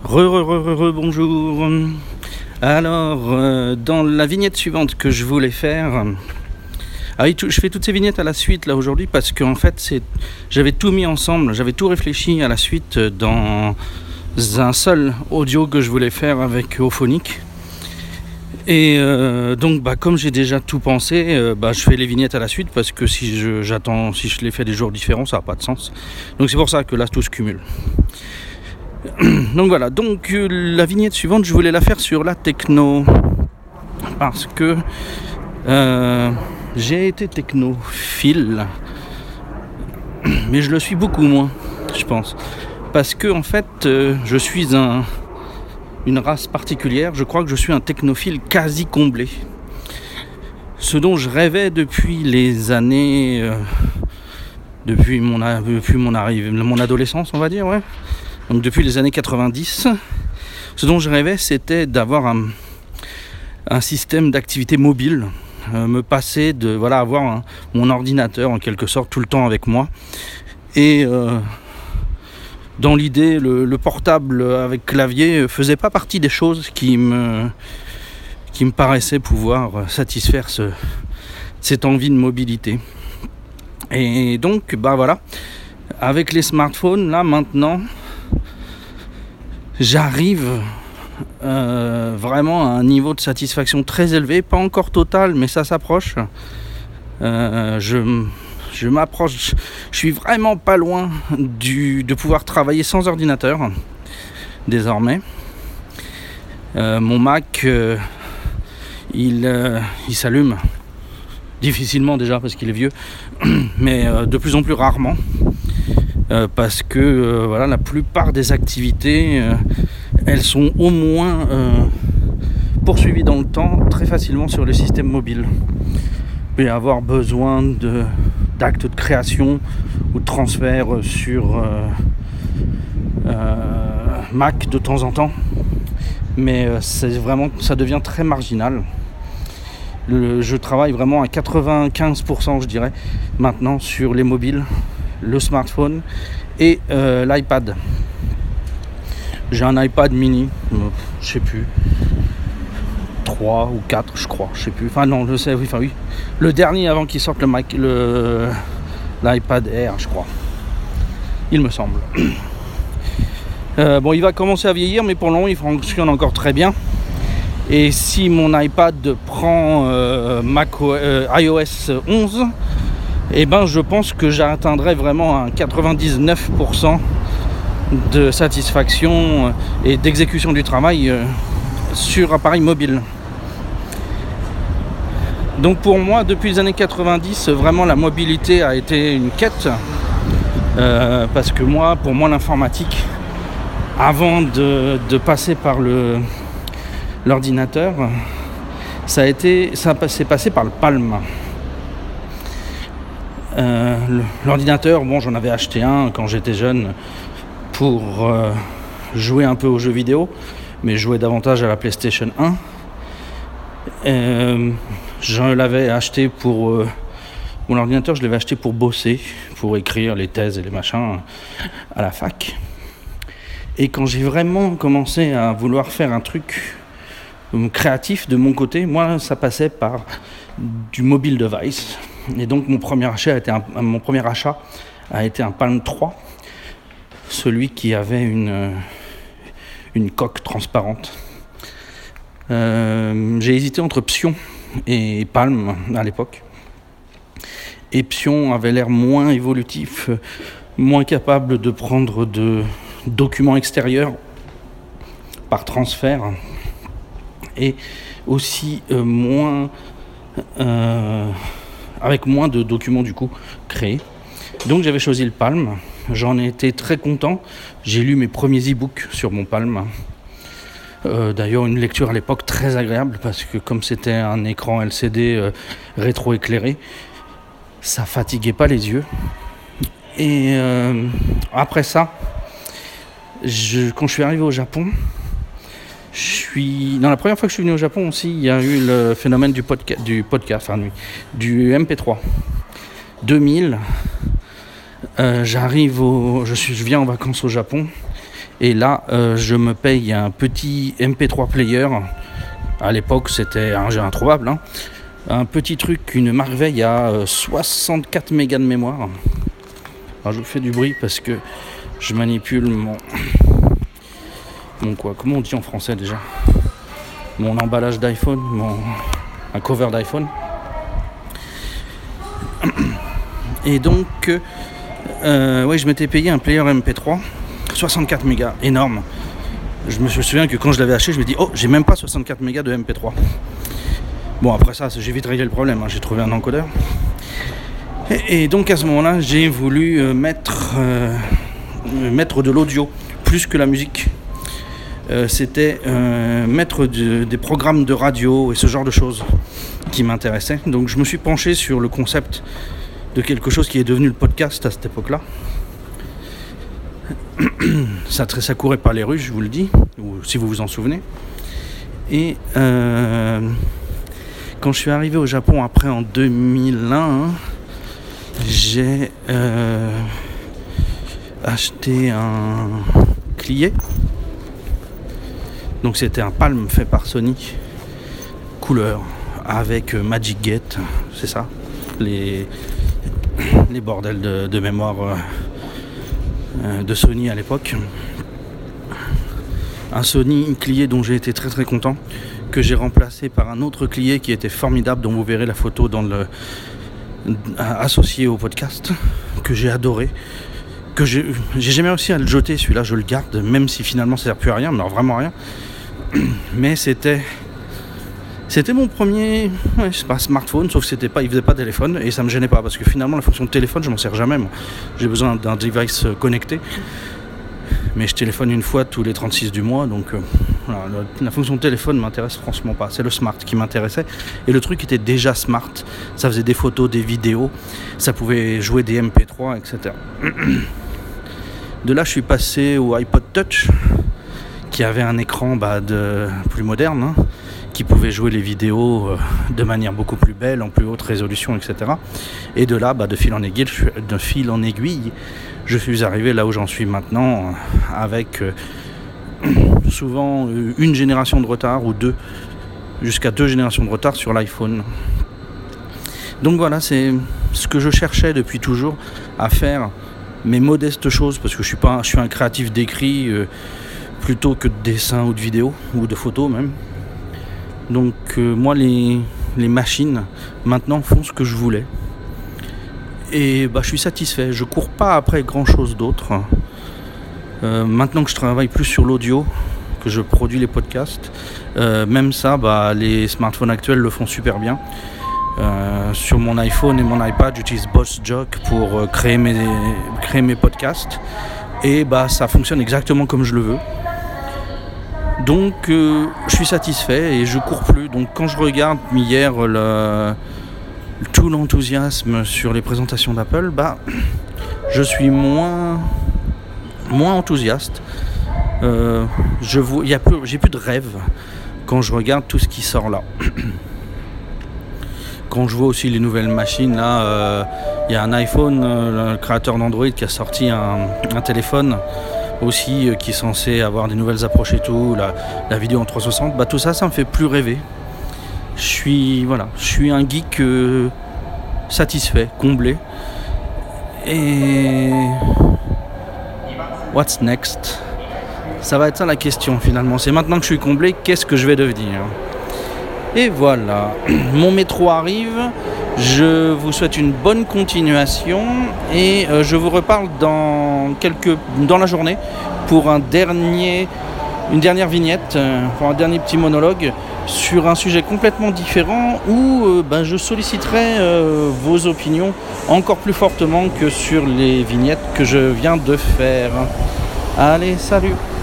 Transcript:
Bonjour. Alors, dans la vignette suivante que je voulais faire... je fais toutes ces vignettes à la suite là aujourd'hui parce qu'en fait j'avais tout mis ensemble, j'avais tout réfléchi à la suite dans un seul audio que je voulais faire avec Auphonic. Et donc comme j'ai déjà tout pensé, je fais les vignettes à la suite parce que si je les fais des jours différents, ça n'a pas de sens. Donc c'est pour ça que là tout se cumule. Donc voilà, la vignette suivante, je voulais la faire sur la techno parce que j'ai été technophile, mais je le suis beaucoup moins, je pense, parce que en fait je suis une race particulière. Je crois que je suis un technophile quasi comblé, ce dont je rêvais depuis les années depuis mon arrivée, mon adolescence, on va dire, ouais. Donc depuis les années 90, ce dont je rêvais, c'était d'avoir un système d'activité mobile, me passer de avoir mon ordinateur en quelque sorte tout le temps avec moi. Et dans l'idée, le portable avec clavier faisait pas partie des choses qui me paraissaient pouvoir satisfaire cette envie de mobilité. Et donc avec les smartphones là maintenant, j'arrive vraiment à un niveau de satisfaction très élevé, pas encore total, mais ça s'approche. Je m'approche, je suis vraiment pas loin de pouvoir travailler sans ordinateur désormais. Mon Mac, il s'allume difficilement déjà parce qu'il est vieux, mais de plus en plus rarement. Parce que la plupart des activités elles sont au moins poursuivies dans le temps très facilement sur les systèmes mobiles. Il peut y avoir besoin d'actes de création ou de transfert sur Mac de temps en temps, mais ça devient très marginal. Je travaille vraiment à 95%, je dirais, maintenant sur les mobiles, le smartphone et l'iPad. J'ai un iPad mini, je sais plus, 3 ou 4 je crois, je sais plus. Enfin non, je sais, oui. Le dernier avant qu'il sorte l'iPad Air, je crois. Il me semble. Il va commencer à vieillir, mais pour le moment il fonctionne encore très bien. Et si mon iPad prend iOS 11, je pense que j'atteindrai vraiment un 99% de satisfaction et d'exécution du travail sur appareil mobile. Donc pour moi, depuis les années 90, vraiment la mobilité a été une quête, parce que pour moi l'informatique, avant de passer par l'ordinateur, ça s'est passé par le Palm. L'ordinateur, j'en avais acheté un quand j'étais jeune pour jouer un peu aux jeux vidéo, mais je jouais davantage à la PlayStation 1. Je l'avais acheté mon ordinateur, je l'avais acheté pour bosser, pour écrire les thèses et les machins à la fac. Et quand j'ai vraiment commencé à vouloir faire un truc créatif de mon côté, moi ça passait par du mobile device. Et donc mon premier achat a été un Palm 3, celui qui avait une coque transparente. J'ai hésité entre Psion et Palm à l'époque. Et Psion avait l'air moins évolutif, moins capable de prendre de documents extérieurs par transfert, et aussi avec moins de documents du coup créés. Donc j'avais choisi le Palm, j'en ai été très content. J'ai lu mes premiers e-books sur mon Palm. D'ailleurs une lecture à l'époque très agréable, parce que comme c'était un écran LCD rétroéclairé, ça fatiguait pas les yeux. Et après ça, quand je suis arrivé au Japon, dans la première fois que je suis venu au Japon aussi, il y a eu le phénomène du MP3. 2000, je viens en vacances au Japon, Et là, je me paye un petit MP3 player. À l'époque, c'était un jeu introuvable, hein. Un petit truc, une merveille à 64 mégas de mémoire. Alors, je vous fais du bruit parce que je manipule mon quoi, comment on dit en français déjà, mon emballage d'iPhone, un cover d'iPhone. Et donc, je m'étais payé un player MP3, 64 mégas, énorme. Je me souviens que quand je l'avais acheté, je me dis, oh, j'ai même pas 64 mégas de MP3. Bon, après ça, j'ai vite réglé le problème, hein. J'ai trouvé un encodeur. Et donc à ce moment-là, j'ai voulu mettre de l'audio, plus que la musique. C'était mettre des programmes de radio et ce genre de choses qui m'intéressaient. Donc je me suis penché sur le concept de quelque chose qui est devenu le podcast à cette époque-là. Ça courait par les rues, je vous le dis, ou si vous vous en souvenez. Et quand je suis arrivé au Japon après en 2001, j'ai acheté un Clié. Donc c'était un Palm fait par Sony, couleur, avec Magic Gate, c'est ça, les bordels de mémoire de Sony à l'époque. Un Sony Clié dont j'ai été très très content, que j'ai remplacé par un autre Clié qui était formidable, dont vous verrez la photo associé au podcast, que j'ai adoré, que j'ai jamais réussi à le jeter, celui-là je le garde, même si finalement ça sert plus à rien, mais alors vraiment à rien. Mais c'était mon premier smartphone, sauf que il faisait pas téléphone et ça me gênait pas parce que finalement la fonction de téléphone je m'en sers jamais, moi. J'ai besoin d'un device connecté, mais je téléphone une fois tous les 36 du mois, donc voilà, la fonction de téléphone m'intéresse franchement pas. C'est le smart qui m'intéressait, et le truc était déjà smart, ça faisait des photos, des vidéos, ça pouvait jouer des MP3, etc. De là je suis passé au iPod Touch, qui avait un écran plus moderne, hein, qui pouvait jouer les vidéos de manière beaucoup plus belle, en plus haute résolution, etc. Et de là, de fil en aiguille, je suis arrivé là où j'en suis maintenant, avec souvent une génération de retard, ou jusqu'à 2 générations de retard sur l'iPhone. Donc voilà, c'est ce que je cherchais depuis toujours, à faire mes modestes choses, parce que je suis un créatif d'écrit, plutôt que de dessin ou de vidéo, ou de photos même. Donc moi les machines maintenant font ce que je voulais. Et je suis satisfait, je cours pas après grand chose d'autre. Maintenant que je travaille plus sur l'audio, que je produis les podcasts, même ça, les smartphones actuels le font super bien. Sur mon iPhone et mon iPad, j'utilise Boss Jock pour créer mes podcasts. Et ça fonctionne exactement comme je le veux. Donc je suis satisfait et je cours plus. Donc quand je regarde hier tout l'enthousiasme sur les présentations d'Apple, je suis moins enthousiaste. J'ai plus de rêve quand je regarde tout ce qui sort là. Quand je vois aussi les nouvelles machines là, y a un iPhone, le créateur d'Android, qui a sorti un téléphone aussi qui est censé avoir des nouvelles approches et tout, la vidéo en 360, tout ça me fait plus rêver. Je suis un geek satisfait, comblé. Et what's next? Ça va être ça la question finalement. C'est maintenant que je suis comblé, qu'est-ce que je vais devenir? Et voilà, mon métro arrive. Je vous souhaite une bonne continuation et je vous reparle dans la journée pour une dernière vignette, pour un dernier petit monologue sur un sujet complètement différent où je solliciterai vos opinions encore plus fortement que sur les vignettes que je viens de faire. Allez, salut!